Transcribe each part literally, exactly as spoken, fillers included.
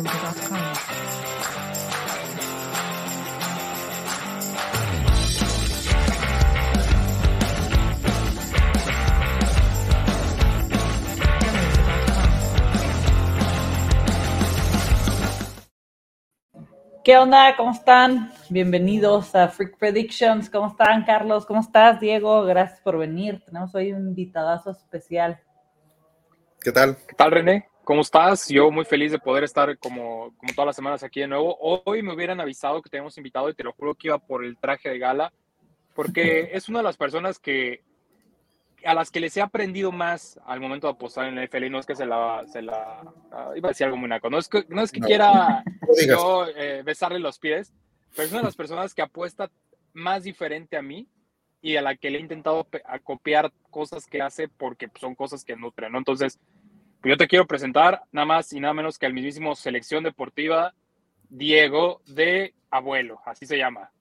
Canada punto com. ¿Qué onda? ¿Cómo están? Bienvenidos a Freak Predictions. ¿Cómo están, Carlos? ¿Cómo estás, Diego? Gracias por venir. Tenemos hoy un invitadazo especial. ¿Qué tal? ¿Qué tal, René? ¿Cómo estás? Yo muy feliz de poder estar como, como todas las semanas aquí de nuevo. Hoy me hubieran avisado que teníamos invitado y te lo juro que iba por el traje de gala, porque es una de las personas que a las que les he aprendido más al momento de apostar en la N F L, y no es que se la, se la uh, iba a decir algo muy naco, no es que, no es que no, quiera no yo eh, besarle los pies, pero es una de las personas que apuesta más diferente a mí y a la que le he intentado a copiar cosas que hace porque son cosas que nutren, ¿no? Entonces, yo te quiero presentar nada más y nada menos que al mismísimo Selección Deportiva Diego de Abuelo, así se llama.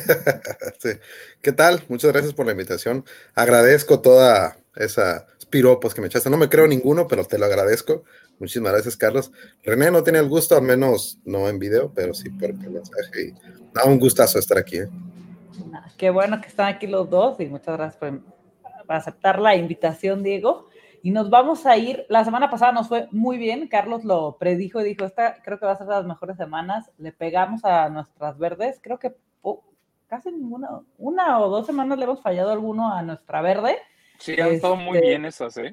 Sí. ¿Qué tal? Muchas gracias por la invitación. Agradezco toda esa piropos que me echaste. No me creo ninguno, pero te lo agradezco. Muchísimas gracias, Carlos. René no tiene el gusto, al menos no en video, pero sí por el mensaje. Y da un gustazo estar aquí. ¿eh? Qué bueno que están aquí los dos y muchas gracias por, por aceptar la invitación, Diego. Y nos vamos a ir, la semana pasada nos fue muy bien, Carlos lo predijo y dijo, esta creo que va a ser de las mejores semanas, le pegamos a nuestras verdes, creo que oh, casi ninguna, una o dos semanas le hemos fallado alguno a nuestra verde. Sí, han este, estado muy bien esas, ¿eh?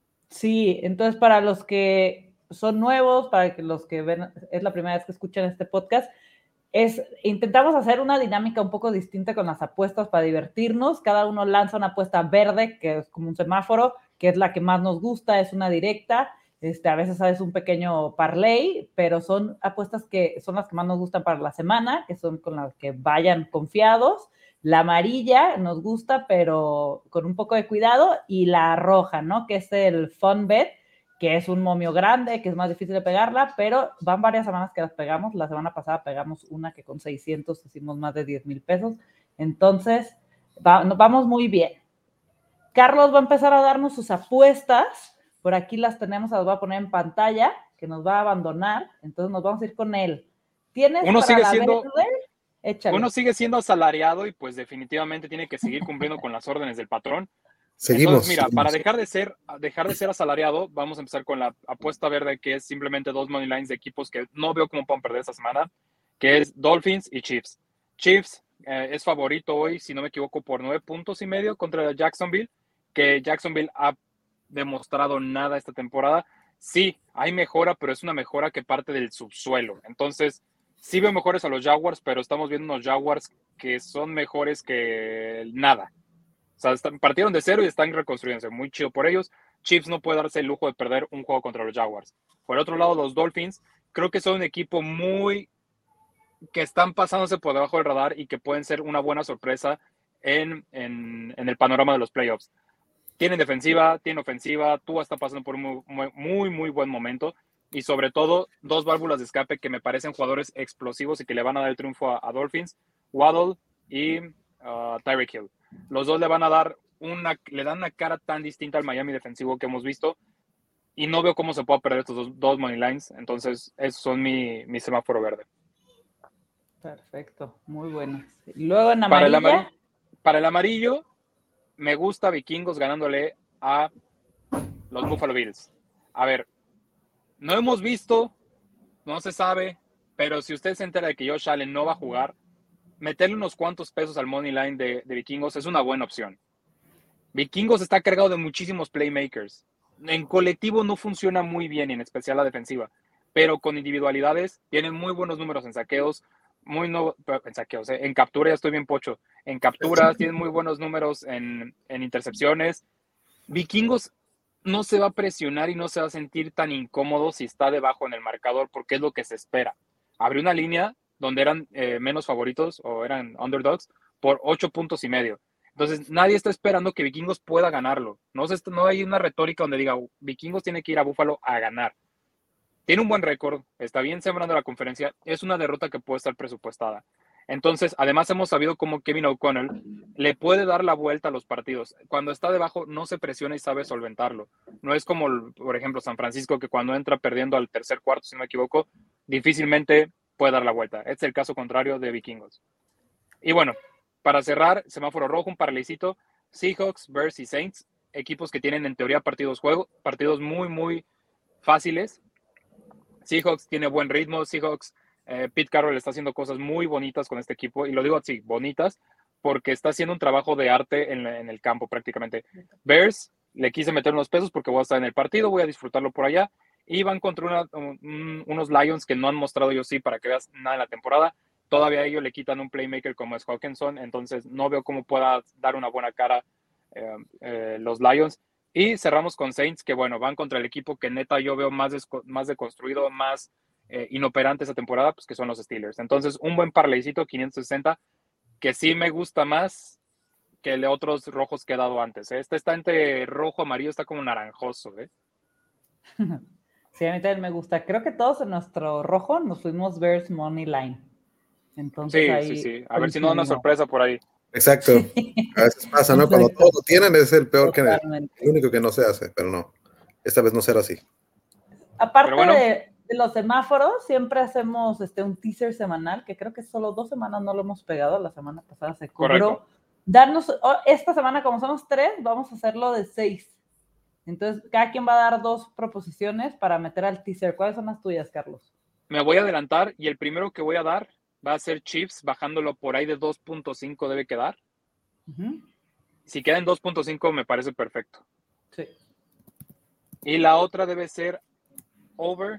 Sí, entonces para los que son nuevos, para que los que ven, es la primera vez que escuchan este podcast, es, intentamos hacer una dinámica un poco distinta con las apuestas para divertirnos. Cada uno lanza una apuesta verde, que es como un semáforo, que es la que más nos gusta, es una directa. Este, a veces es un pequeño parlay, pero son apuestas que son las que más nos gustan para la semana, que son con las que vayan confiados. La amarilla nos gusta, pero con un poco de cuidado. Y la roja, ¿no? Que es el fun bet, que es un momio grande, que es más difícil de pegarla, pero van varias semanas que las pegamos. La semana pasada pegamos una que con seiscientos hicimos más de diez mil pesos. Entonces, va, nos vamos muy bien. Carlos va a empezar a darnos sus apuestas. Por aquí las tenemos, las voy a poner en pantalla, que nos va a abandonar. Entonces nos vamos a ir con él. ¿Tienes uno para sigue la siendo, verde? Échale. Uno sigue siendo asalariado y pues definitivamente tiene que seguir cumpliendo con las órdenes del patrón. Seguimos. Entonces, mira, seguimos. para dejar de ser dejar de ser asalariado, vamos a empezar con la apuesta verde, que es simplemente dos money lines de equipos que no veo cómo puedan perder esta semana, que es Dolphins y Chiefs. Chiefs eh, es favorito hoy, si no me equivoco, por nueve puntos y medio contra Jacksonville, que Jacksonville ha demostrado nada esta temporada. Sí, hay mejora, pero es una mejora que parte del subsuelo. Entonces, sí veo mejores a los Jaguars, pero estamos viendo unos Jaguars que son mejores que nada. O sea, están, partieron de cero y están reconstruyéndose. Muy chido por ellos. Chiefs no puede darse el lujo de perder un juego contra los Jaguars. Por otro lado, los Dolphins, creo que son un equipo muy... que están pasándose por debajo del radar y que pueden ser una buena sorpresa en, en, en el panorama de los playoffs. Tienen defensiva, tienen ofensiva, Tua está pasando por un muy, muy, muy buen momento. Y sobre todo, dos válvulas de escape que me parecen jugadores explosivos y que le van a dar el triunfo a, a Dolphins, Waddle y uh, Tyreek Hill. Los dos le van a dar una, le dan una cara tan distinta al Miami defensivo que hemos visto y no veo cómo se pueda perder estos dos, dos money lines. Entonces, esos son mi, mi semáforo verde. Perfecto, muy buenas. Luego en para el, amarilla. amarillo, para el amarillo, me gusta Vikingos ganándole a los Buffalo Bills. A ver, no hemos visto, no se sabe, pero si usted se entera de que Josh Allen no va a jugar, meterle unos cuantos pesos al money line de, de Vikingos es una buena opción. Vikingos está cargado de muchísimos playmakers. En colectivo no funciona muy bien, en especial la defensiva, pero con individualidades tienen muy buenos números en saqueos, muy no, en saqueos, eh, en captura ya estoy bien pocho, en capturas tienen muy buenos números en, en intercepciones. Vikingos no se va a presionar y no se va a sentir tan incómodo si está debajo en el marcador, porque es lo que se espera. Abrió una línea donde eran eh, menos favoritos o eran underdogs por ocho puntos y medio. Entonces, nadie está esperando que Vikingos pueda ganarlo. No, se, no hay una retórica donde diga, Vikingos tiene que ir a Buffalo a ganar. Tiene un buen récord, está bien sembrando la conferencia, es una derrota que puede estar presupuestada. Entonces, además hemos sabido cómo Kevin O'Connell le puede dar la vuelta a los partidos. Cuando está debajo no se presiona y sabe solventarlo. No es como, por ejemplo, San Francisco, que cuando entra perdiendo al tercer cuarto, si no me equivoco, difícilmente puede dar la vuelta. Este es el caso contrario de Vikingos. Y bueno, para cerrar, semáforo rojo, un parlecito, Seahawks, Bears y Saints, equipos que tienen en teoría partidos juego, partidos muy, muy fáciles. Seahawks tiene buen ritmo, Seahawks, eh, Pete Carroll está haciendo cosas muy bonitas con este equipo, y lo digo así, bonitas, porque está haciendo un trabajo de arte en, en el campo prácticamente. Bears, le quise meter unos pesos porque voy a estar en el partido, voy a disfrutarlo por allá, y van contra una, un, unos Lions que no han mostrado ellos sí para que veas nada en la temporada. Todavía ellos le quitan un playmaker como es Hawkinson, entonces no veo cómo pueda dar una buena cara eh, eh, los Lions. Y cerramos con Saints, que bueno, van contra el equipo que neta yo veo más, desco- más deconstruido, más eh, inoperante esa temporada, pues que son los Steelers. Entonces, un buen parlaycito, quinientos sesenta, que sí me gusta más que el de otros rojos que he dado antes. ¿eh? Este está entre rojo, amarillo, está como naranjoso. ¿eh? Sí, a mí también me gusta. Creo que todos en nuestro rojo nos fuimos Bears Money Line. Entonces Sí, ahí sí, sí. A ver si no da una sorpresa por ahí. Exacto. A veces pasa, ¿no? Cuando todos lo tienen es el peor, que el único que no se hace, pero no. Esta vez no será así. Aparte bueno, de, de los semáforos, siempre hacemos este, un teaser semanal, que creo que solo dos semanas no lo hemos pegado. La semana pasada se cobró. Darnos, oh, esta semana, como somos tres, vamos a hacerlo de seis. Entonces, cada quien va a dar dos proposiciones para meter al teaser. ¿Cuáles son las tuyas, Carlos? Me voy a adelantar, y el primero que voy a dar va a ser Chiefs, bajándolo por ahí de dos punto cinco debe quedar. Uh-huh. Si queda en dos punto cinco me parece perfecto. Sí. Y la otra debe ser over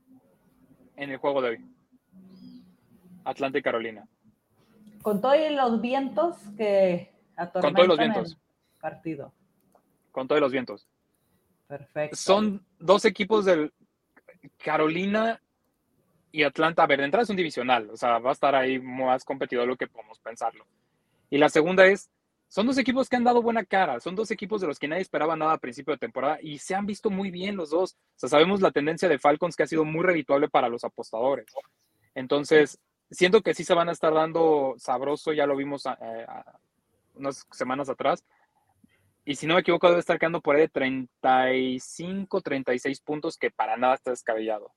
en el juego de hoy. Atlanta y Carolina. Con todos los vientos que atormentan Con todos los vientos. El partido. Con todos los vientos. Perfecto. Son dos equipos del Carolina y Atlanta. A ver, de entrada es un divisional, o sea, va a estar ahí más competidor de lo que podemos pensarlo. Y la segunda es, son dos equipos que han dado buena cara, son dos equipos de los que nadie esperaba nada a principio de temporada y se han visto muy bien los dos. O sea, sabemos la tendencia de Falcons que ha sido muy redituable para los apostadores. Entonces, siento que sí se van a estar dando sabroso, ya lo vimos a, a, unas semanas atrás. Y si no me equivoco, debe estar quedando por ahí de treinta y cinco, treinta y seis puntos, que para nada está descabellado.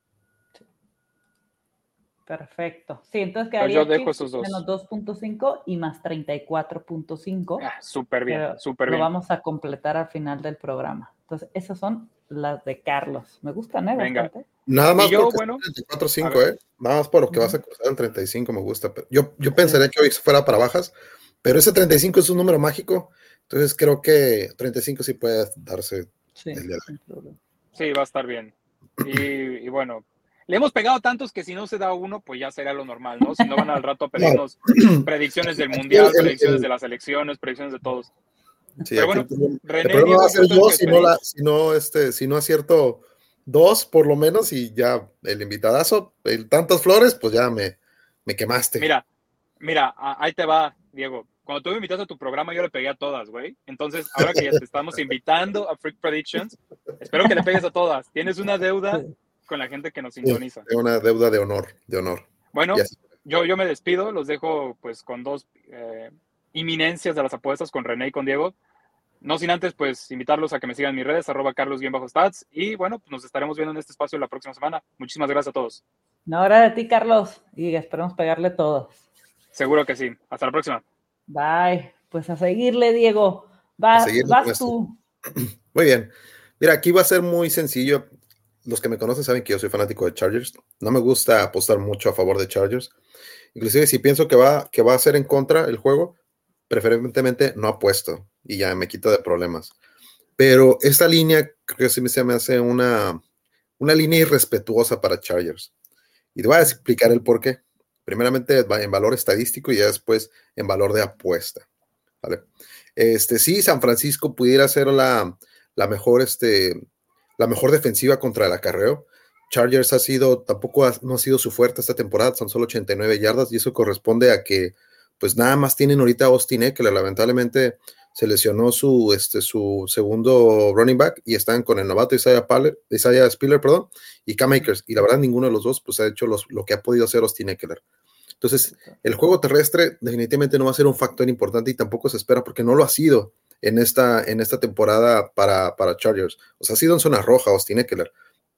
Perfecto. Sí, entonces quedaría yo dejo esos dos. Menos dos punto cinco y más treinta y cuatro punto cinco. Ah, súper bien, súper bien. Lo vamos a completar al final del programa. Entonces, esas son las de Carlos. Me gustan, ¿eh? Venga. Bastante. Nada más yo, porque bueno, treinta y cuatro punto cinco, ¿eh? Nada más por lo que uh-huh. vas a cruzar el treinta y cinco me gusta. Yo, yo pensaría que hoy fuera para bajas, pero ese treinta y cinco es un número mágico. Entonces creo que treinta y cinco sí puede darse sí, el día de hoy. Sí, va a estar bien. Y, y bueno, le hemos pegado tantos que si no se da uno, pues ya sería lo normal, ¿no? Si no van al rato a pedirnos no. predicciones del Mundial, el, el, predicciones el, de las elecciones, predicciones de todos. Sí, pero bueno, el, René, el problema Diego, va a ser yo si no, la, si, no, este, si no acierto dos, por lo menos, y ya el invitadazo, el tantas flores, pues ya me, me quemaste. Mira, mira, ahí te va, Diego. Cuando tú me invitaste a tu programa, yo le pegué a todas, güey. Entonces, ahora que ya te estamos invitando a Freak Predictions, espero que le pegues a todas. Tienes una deuda con la gente que nos sintoniza. Sí, una deuda de honor, de honor. Bueno, yo, yo me despido, los dejo pues con dos eh, inminencias de las apuestas, con René y con Diego. No sin antes, pues, invitarlos a que me sigan en mis redes, arroba carlos-stats. Y bueno, pues nos estaremos viendo en este espacio la próxima semana. Muchísimas gracias a todos. No, ahora de ti, Carlos. Y esperemos pegarle todos. Seguro que sí. Hasta la próxima. Bye. Pues a seguirle, Diego. Vas, vas tú. Muy bien. Mira, aquí va a ser muy sencillo. Los que me conocen saben que yo soy fanático de Chargers. No me gusta apostar mucho a favor de Chargers. Inclusive si pienso que va, que va a ser en contra el juego, preferentemente no apuesto y ya me quito de problemas. Pero esta línea creo que sí se me hace una, una línea irrespetuosa para Chargers. Y te voy a explicar el por qué. Primeramente en valor estadístico y ya después en valor de apuesta. ¿Vale? Este, sí, San Francisco pudiera ser la, la, mejor, este, la mejor defensiva contra el acarreo. Chargers ha sido, tampoco ha, no ha sido su fuerte esta temporada, son solo ochenta y nueve yardas y eso corresponde a que pues nada más tienen ahorita a Austin Eckler, lamentablemente se lesionó su, este, su segundo running back y están con el novato Isaiah, Paller, Isaiah Spiller, perdón, y Cam Akers, y la verdad ninguno de los dos pues ha hecho los, lo que ha podido hacer Austin Eckler. Entonces, el juego terrestre definitivamente no va a ser un factor importante y tampoco se espera porque no lo ha sido en esta, en esta temporada para, para Chargers. O sea, ha sido en zona roja Austin Eckler,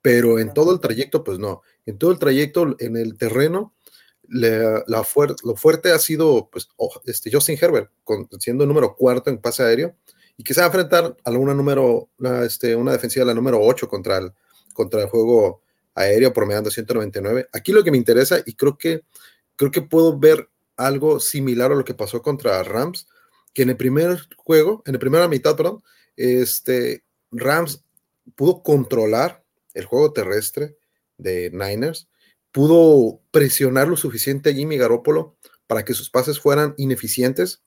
pero en todo el trayecto, pues no. En todo el trayecto, en el terreno, le, la fuer, lo fuerte ha sido pues, oh, este Justin Herbert, con, siendo número cuarto en pase aéreo, y que se va a enfrentar a una, número, una, este, una defensiva de la número ocho contra el, contra el juego aéreo, promediando ciento noventa y nueve. Aquí lo que me interesa, y creo que, creo que puedo ver algo similar a lo que pasó contra Rams, que en el primer juego, en la primera mitad, perdón, este, Rams pudo controlar el juego terrestre de Niners, pudo presionar lo suficiente a Jimmy Garoppolo para que sus pases fueran ineficientes,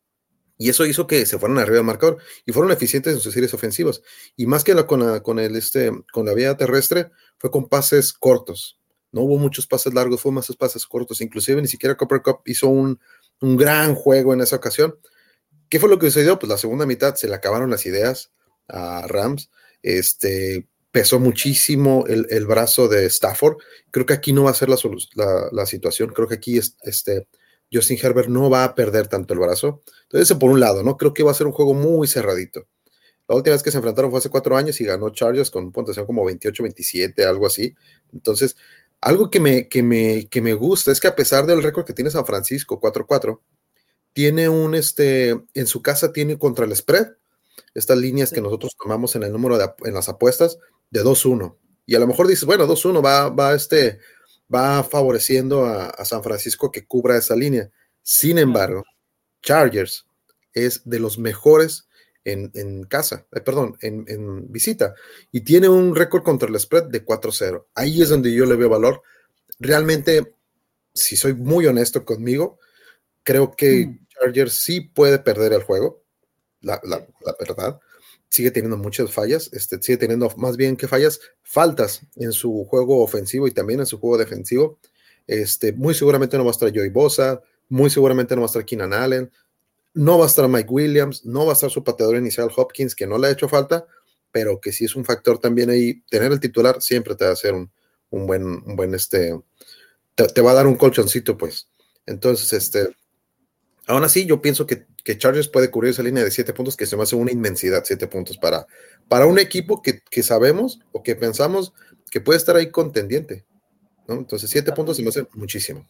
y eso hizo que se fueran arriba del marcador, y fueron eficientes en sus series ofensivas, y más que la, con, la, con, el, este, con la vía terrestre, fue con pases cortos. No hubo muchos pases largos, fue más pases cortos, inclusive ni siquiera Cooper Kupp hizo un, un gran juego en esa ocasión. ¿Qué fue lo que sucedió? Pues la segunda mitad se le acabaron las ideas a Rams, este, pesó muchísimo el, el brazo de Stafford. Creo que aquí no va a ser la, la, la situación, creo que aquí es, este, Justin Herbert no va a perder tanto el brazo. Entonces, eso por un lado, ¿no? Creo que va a ser un juego muy cerradito. La última vez que se enfrentaron fue hace cuatro años y ganó Chargers con puntuación como veintiocho veintisiete, algo así. Entonces, algo que me, que, me, que me gusta es que a pesar del récord que tiene San Francisco, cuatro cuatro, tiene un, este, en su casa tiene contra el spread, estas líneas sí. que nosotros tomamos en el número de, en las apuestas, de dos uno. Y a lo mejor dices, bueno, dos uno va, va, este, va favoreciendo a, a San Francisco que cubra esa línea. Sin embargo, Chargers es de los mejores en, en casa, eh, perdón, en, en visita, y tiene un récord contra el spread de cuatro cero. Ahí es donde yo le veo valor. Realmente, si soy muy honesto conmigo, creo que mm. Chargers sí puede perder el juego, la, la, la verdad. Sigue teniendo muchas fallas, este, sigue teniendo más bien que fallas, faltas en su juego ofensivo y también en su juego defensivo. Este, muy seguramente no va a estar Joey Bosa, muy seguramente no va a estar Keenan Allen, no va a estar Mike Williams, no va a estar su pateador inicial Hopkins, que no le ha hecho falta, pero que sí es un factor también ahí. Tener el titular siempre te va a hacer un, un buen, un buen este, te, te va a dar un colchoncito, pues. Entonces, este, aún así, yo pienso que, que Chargers puede cubrir esa línea de siete puntos, que se me hace una inmensidad, siete puntos para, para un equipo que, que sabemos o que pensamos que puede estar ahí contendiente, ¿no? Entonces, siete puntos se me hace muchísimo.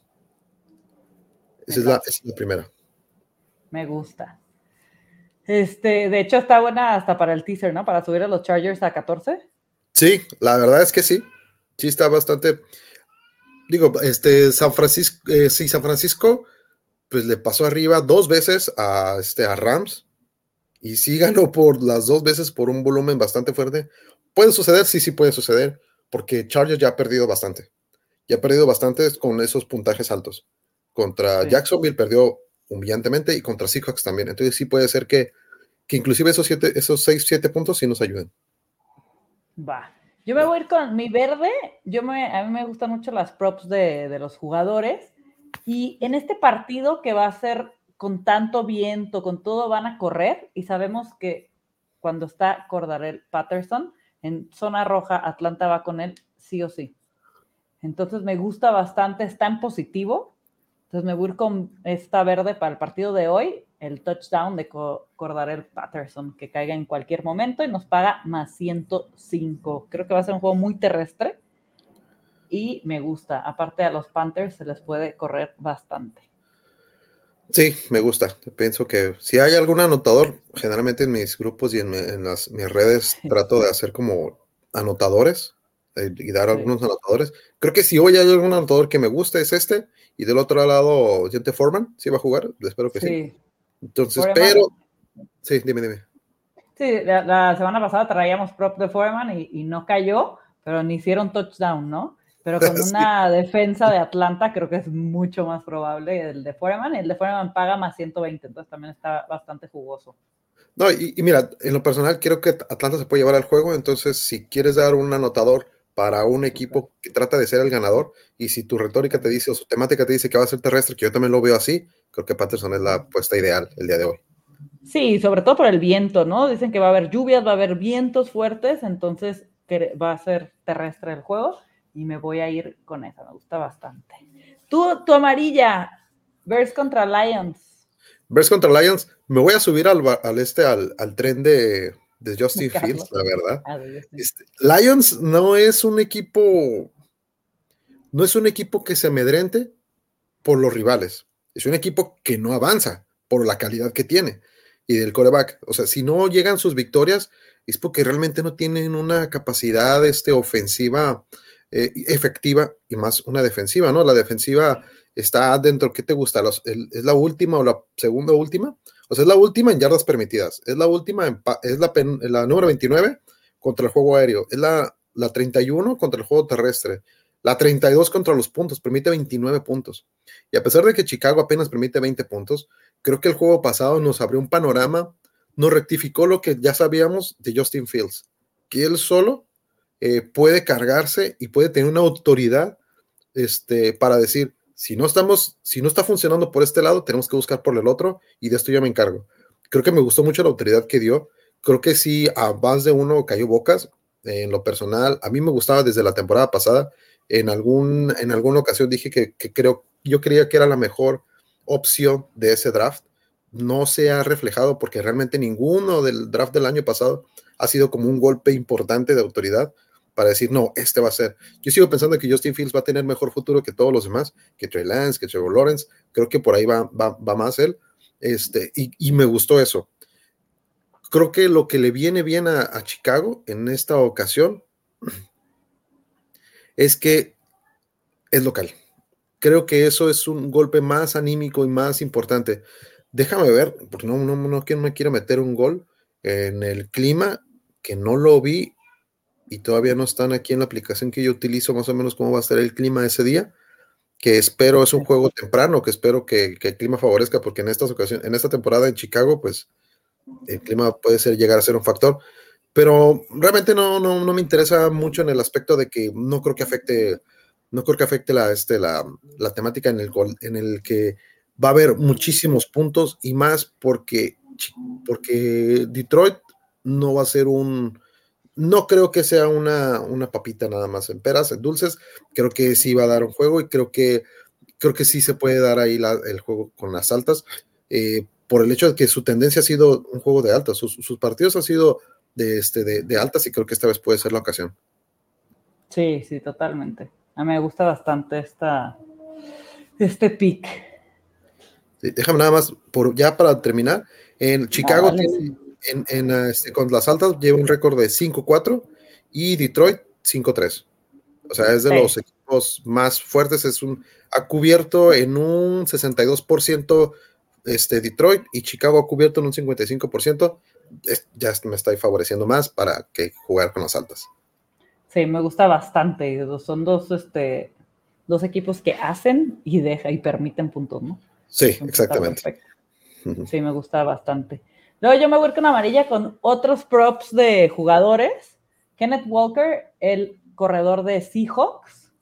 Esa es, la, esa es la primera. Me gusta. Este, de hecho, está buena hasta para el teaser, ¿no? Para subir a los Chargers a catorce. Sí, la verdad es que sí. Sí está bastante. Digo, este, San Francisco, eh, sí, San Francisco, pues le pasó arriba dos veces a, este, a Rams y sí ganó por las dos veces por un volumen bastante fuerte. ¿Puede suceder? Sí, sí puede suceder, porque Chargers ya ha perdido bastante. Ya ha perdido bastante con esos puntajes altos. Contra sí. Jacksonville perdió humillantemente y contra Seahawks también. Entonces sí puede ser que, que inclusive esos siete, esos seis, siete puntos sí nos ayuden. Va. Yo me voy a ir con mi verde. Yo me, a mí me gustan mucho las props de, de los jugadores. Y en este partido que va a ser con tanto viento, con todo, van a correr. Y sabemos que cuando está Cordarrelle Patterson en zona roja, Atlanta va con él sí o sí. Entonces me gusta bastante, está en positivo. Entonces me voy a ir con esta verde para el partido de hoy, el touchdown de Cordarrelle Patterson, que caiga en cualquier momento y nos paga más ciento cinco. Creo que va a ser un juego muy terrestre y me gusta. Aparte a los Panthers se les puede correr bastante. Sí, me gusta. Pienso que si hay algún anotador, generalmente en mis grupos y en, en las, mis redes trato de hacer como anotadores eh, y dar sí. algunos anotadores. Creo que si hoy hay algún anotador que me gusta es este, y del otro lado, Gente Foreman, ¿sí va a jugar? Espero que sí. sí. Entonces, Foreman. Pero... Sí, dime, dime. Sí, la, la semana pasada traíamos prop de Foreman y, y no cayó, pero ni hicieron touchdown, ¿no? Pero con sí. una defensa de Atlanta creo que es mucho más probable el de Foreman. El de Foreman paga más ciento veinte, entonces también está bastante jugoso. No, y, y mira, en lo personal creo que Atlanta se puede llevar al juego, entonces si quieres dar un anotador para un equipo que trata de ser el ganador, y si tu retórica te dice o su temática te dice que va a ser terrestre, que yo también lo veo así, creo que Patterson es la apuesta ideal el día de hoy. Sí, sobre todo por el viento, ¿no? Dicen que va a haber lluvias, va a haber vientos fuertes, entonces que va a ser terrestre el juego, y me voy a ir con esa, me gusta bastante. Tú, tu amarilla, Bears contra Lions. Bears contra Lions, me voy a subir al, al este, al, al tren de, de Justin de Fields, la verdad. Ah, de Este, Lions no es un equipo, no es un equipo que se amedrente por los rivales. Es un equipo que no avanza por la calidad que tiene y del quarterback. O sea, si no llegan sus victorias, es porque realmente no tienen una capacidad este, ofensiva eh, efectiva y más una defensiva, ¿no? La defensiva está dentro, ¿qué te gusta? Los, el, ¿Es la última o la segunda última? O sea, es la última en yardas permitidas, es la última, en, es la, pen, la número veintinueve contra el juego aéreo, es la, la treinta y uno contra el juego terrestre, la treinta y dos contra los puntos, permite veintinueve puntos. Y a pesar de que Chicago apenas permite veinte puntos, creo que el juego pasado nos abrió un panorama, nos rectificó lo que ya sabíamos de Justin Fields, que él solo eh, puede cargarse y puede tener una autoridad este, para decir, si no estamos, si no está funcionando por este lado, tenemos que buscar por el otro y de esto yo me encargo. Creo que me gustó mucho la autoridad que dio. Creo que sí, a más de uno cayó bocas. En lo personal, a mí me gustaba desde la temporada pasada. En, algún, en alguna ocasión dije que, que creo, yo creía que era la mejor opción de ese draft. No se ha reflejado porque realmente ninguno del draft del año pasado ha sido como un golpe importante de autoridad para decir, no, este va a ser. Yo sigo pensando que Justin Fields va a tener mejor futuro que todos los demás, que Trey Lance, que Trevor Lawrence. Creo que por ahí va, va, va más él. Este, y, y me gustó eso. Creo que lo que le viene bien a, a Chicago en esta ocasión es que es local. Creo que eso es un golpe más anímico y más importante. Déjame ver, porque no, no, no, no me quiero meter un gol en el clima, que no lo vi y todavía no están aquí en la aplicación que yo utilizo más o menos cómo va a ser el clima ese día, que espero es un juego temprano, que espero que, que el clima favorezca, porque en estas ocasiones, en esta temporada en Chicago, pues el clima puede ser llegar a ser un factor, pero realmente no, no, no me interesa mucho en el aspecto de que no creo que afecte, no creo que afecte la, este, la, la temática en el, en el que va a haber muchísimos puntos y más porque, porque Detroit no va a ser un, no creo que sea una, una papita nada más en peras, en dulces, creo que sí va a dar un juego y creo que, creo que sí se puede dar ahí la, el juego con las altas, eh, por el hecho de que su tendencia ha sido un juego de altas, sus, sus partidos han sido de, este, de, de altas y creo que esta vez puede ser la ocasión. Sí, sí, totalmente. A mí me gusta bastante esta, este pick. Sí, déjame nada más, por, ya para terminar, en Chicago Ah, vale, tiene, sí. en, en, este, con las altas lleva un récord de cinco cuatro y Detroit cinco tres. O sea, es de sí. los equipos más fuertes, es un, ha cubierto en un sesenta y dos por ciento este, Detroit y Chicago ha cubierto en un cincuenta y cinco por ciento. Es, ya me está favoreciendo más para que jugar con las altas. Sí, me gusta bastante. Son dos, este, dos equipos que hacen y dejan y permiten puntos, ¿no? Sí, exactamente. Sí, me gusta bastante. Luego yo me voy con amarilla con otros props de jugadores. Kenneth Walker, el corredor de Seahawks.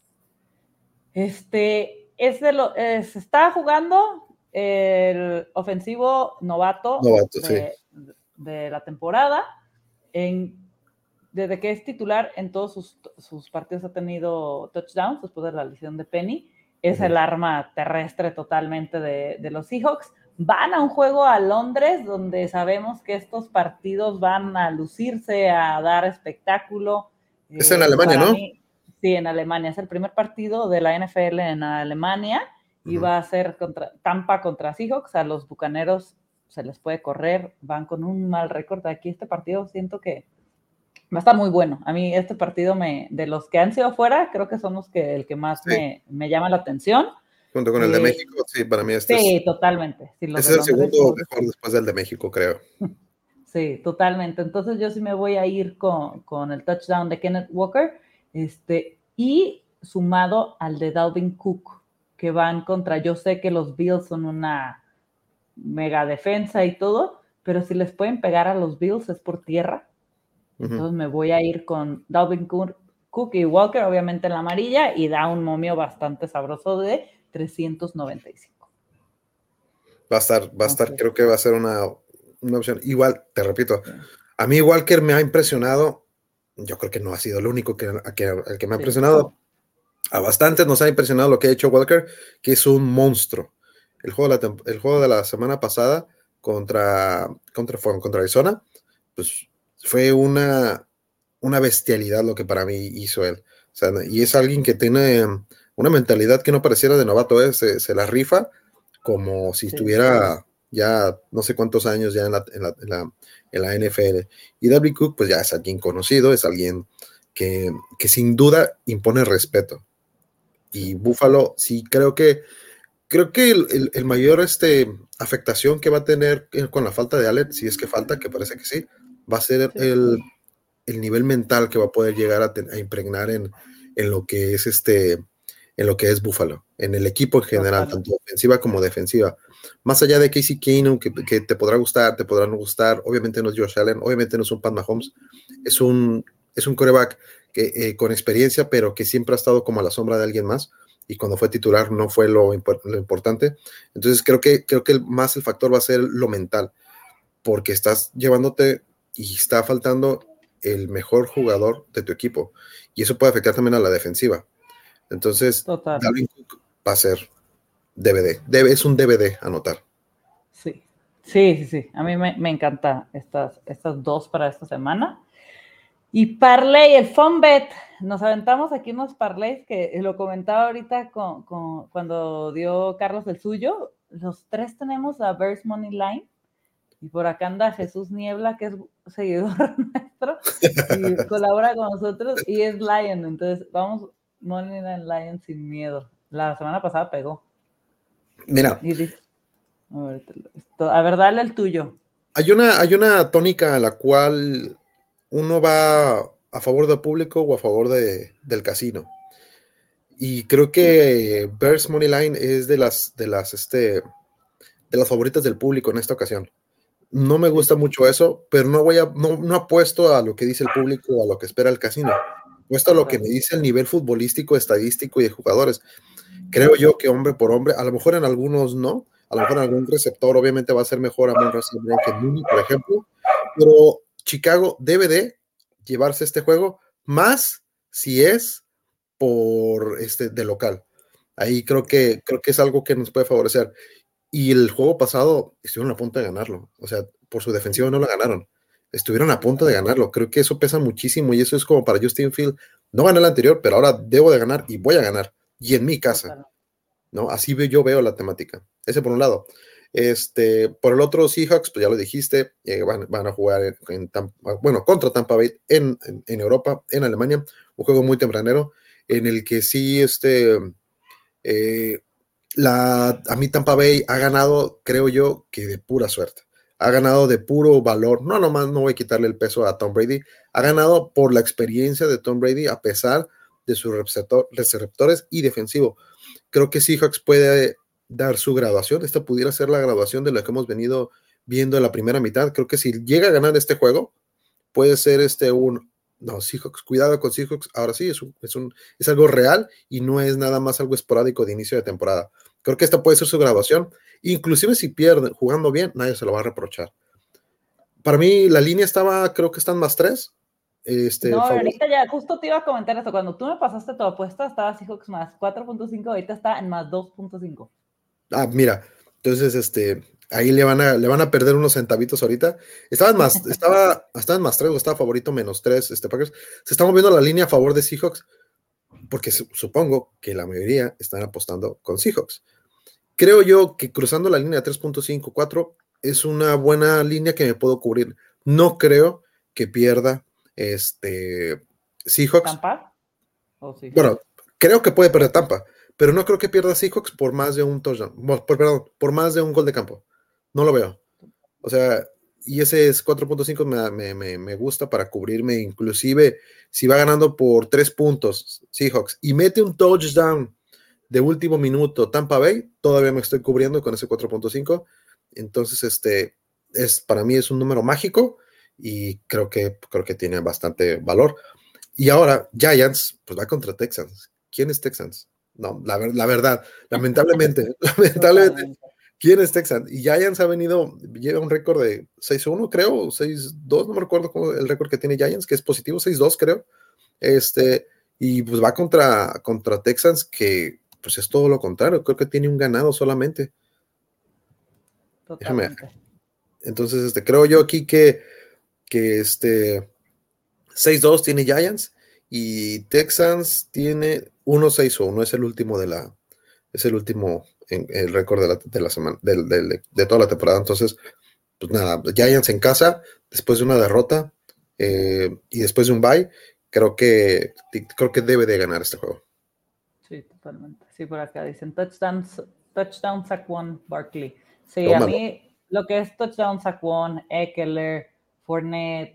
Este, es de lo, eh, se está jugando el ofensivo novato, novato de, sí. de la temporada. En, desde que es titular en todos sus, sus partidos ha tenido touchdowns después de la lesión de Penny. Es uh-huh. el arma terrestre totalmente de, de los Seahawks. Van a un juego a Londres donde sabemos que estos partidos van a lucirse, a dar espectáculo. Es en eh, Alemania, ¿no? Mí, sí, en Alemania. Es el primer partido de la N F L en Alemania y uh-huh. va a ser contra, Tampa contra Seahawks. A los Bucaneros se les puede correr. Van con un mal récord. Aquí este partido siento que va a estar muy bueno. A mí este partido, me, de los que han sido fuera, creo que son los que el que más sí. me, me llama la atención. Junto con el eh, de México, sí, para mí este sí, es... totalmente. Sí, este es el segundo son... mejor después del de México, creo. Sí, totalmente. Entonces yo sí me voy a ir con, con el touchdown de Kenneth Walker este, y sumado al de Dalvin Cook, que van contra... Yo sé que los Bills son una mega defensa y todo, pero si les pueden pegar a los Bills es por tierra. Entonces uh-huh. me voy a ir con Dalvin Cook y Walker, obviamente en la amarilla, y da un momio bastante sabroso de trescientos noventa y cinco. Va a estar, va a estar, okay. Creo que va a ser una, una opción. Igual, te repito, sí. a mí Walker me ha impresionado, yo creo que no ha sido el único que, que, el que me ha sí. impresionado. A bastantes nos ha impresionado lo que ha hecho Walker, que es un monstruo. El juego de la, el juego de la semana pasada contra, contra, contra Arizona, pues fue una, una bestialidad lo que para mí hizo él. O sea, y es alguien que tiene una mentalidad que no pareciera de novato, ¿eh? se, se la rifa como si Sí. estuviera ya no sé cuántos años ya en la, en la, en la, en la N F L. Y Dalvin Cook, pues ya es alguien conocido, es alguien que, que sin duda impone respeto. Y Buffalo, sí, creo que creo que el, el, el mayor este, afectación que va a tener con la falta de Allen, si es que falta, que parece que sí, va a ser Sí. el, el nivel mental que va a poder llegar a, ten, a impregnar en, en lo que es este en lo que es Buffalo, en el equipo en general, Total. tanto ofensiva como defensiva. Más allá de Casey Keenum, que, que te podrá gustar, te podrá no gustar, obviamente no es Josh Allen, obviamente no es un Pat Mahomes, es un, es un quarterback que, eh, con experiencia, pero que siempre ha estado como a la sombra de alguien más, y cuando fue titular no fue lo, lo importante. Entonces creo que, creo que más el factor va a ser lo mental, porque estás llevándote y está faltando el mejor jugador de tu equipo, y eso puede afectar también a la defensiva. Entonces, Total. Dalvin Cook va a ser D V D. Debe, es un D V D anotar. Sí, sí, sí, sí. A mí me, me encanta estas, estas dos para esta semana. Y parlay, el fun bet. Nos aventamos aquí unos parlays que lo comentaba ahorita con, con, cuando dio Carlos el suyo. Los tres tenemos a Bears Money Line. Y por acá anda Jesús Niebla, que es seguidor nuestro y colabora con nosotros, y es Lion. Entonces, vamos, Money Line Lion sin miedo. La semana pasada pegó. Mira, y dice, a, ver, a ver, dale el tuyo. Hay una, hay una tónica en la cual uno va a favor del público o a favor de, del casino. Y creo que Bears Money Line es de las, de las, este, de las favoritas del público en esta ocasión. No me gusta mucho eso, pero no voy a, no, no apuesto a lo que dice el público o a lo que espera el casino. Apuesto a lo que me dice el nivel futbolístico, estadístico y de jugadores. Creo yo que hombre por hombre, a lo mejor en algunos no, a lo mejor en algún receptor obviamente va a ser mejor Amon-Ra Saint Brown que Mooney, por ejemplo, pero Chicago debe de llevarse este juego, más si es por este de local. Ahí creo que, creo que es algo que nos puede favorecer. Y el juego pasado estuvieron a punto de ganarlo, o sea, por su defensiva no lo ganaron, estuvieron a punto de ganarlo. Creo que eso pesa muchísimo y eso es como para Justin Field, no gané el anterior, pero ahora debo de ganar y voy a ganar, y en mi casa, ¿no? Así yo veo la temática. Ese por un lado. Este, por el otro, Seahawks, pues ya lo dijiste, eh, van, van a jugar en, en Tampa, bueno, contra Tampa Bay en, en, en Europa, en Alemania, un juego muy tempranero, en el que sí, este, eh, la, a mí Tampa Bay ha ganado, creo yo, que de pura suerte. Ha ganado de puro valor. No, nomás no voy a quitarle el peso a Tom Brady. Ha ganado por la experiencia de Tom Brady a pesar de sus receptor, receptores y defensivo. Creo que Seahawks puede dar su graduación. Esta pudiera ser la graduación de lo que hemos venido viendo en la primera mitad. Creo que si llega a ganar este juego, puede ser este un no, Seahawks, cuidado con Seahawks, ahora sí, es, un, es, un, es algo real y no es nada más algo esporádico de inicio de temporada. Creo que esta puede ser su graduación, inclusive si pierden jugando bien, nadie se lo va a reprochar. Para mí la línea estaba, creo que están más tres. Este, no, favor. ahorita ya, justo te iba a comentar esto, cuando tú me pasaste tu apuesta, estaba Seahawks más cuatro punto cinco, ahorita está en más dos punto cinco. Ah, mira, entonces este, ahí le van a, le van a perder unos centavitos ahorita. Estaban más, estaba, estaban más tres, o estaba favorito menos tres, este Packers. Se está moviendo la línea a favor de Seahawks, porque su, supongo que la mayoría están apostando con Seahawks. Creo yo que cruzando la línea tres punto cinco cuatro es una buena línea que me puedo cubrir. No creo que pierda este Seahawks. ¿Tampa? ¿O Seahawks? Bueno, creo que puede perder Tampa, pero no creo que pierda Seahawks por más de un touchdown, por, perdón, por más de un gol de campo. No lo veo. O sea, y ese es cuatro punto cinco me, me, me gusta para cubrirme, inclusive si va ganando por tres puntos Seahawks y mete un touchdown de último minuto Tampa Bay, todavía me estoy cubriendo con ese cuatro punto cinco. Entonces, este es para mí es un número mágico y creo que, creo que tiene bastante valor. Y ahora, Giants, pues va contra Texans. ¿Quién es Texans? No, la, la verdad, lamentablemente, lamentablemente, ¿quién es Texans? Y Giants ha venido, lleva un récord de seis uno, creo, seis dos, no me recuerdo cómo el récord que tiene Giants, que es positivo, seis dos, creo. Este, y pues va contra, contra Texans, que pues es todo lo contrario, creo que tiene un ganado solamente. Déjame. Entonces, este, creo yo aquí que que este seis dos tiene Giants y Texans tiene uno seis uno, es el último de la, es el último en, el récord de la, de la semana, de, de, de toda la temporada. Entonces, pues nada, Giants en casa, después de una derrota eh, y después de un bye, creo que creo que debe de ganar este juego. Sí, totalmente. Sí, por acá dicen touchdown, touchdown Saquon Barkley. Sí, Tómalo. A mí lo que es touchdown Saquon, Ekeler, Fournette,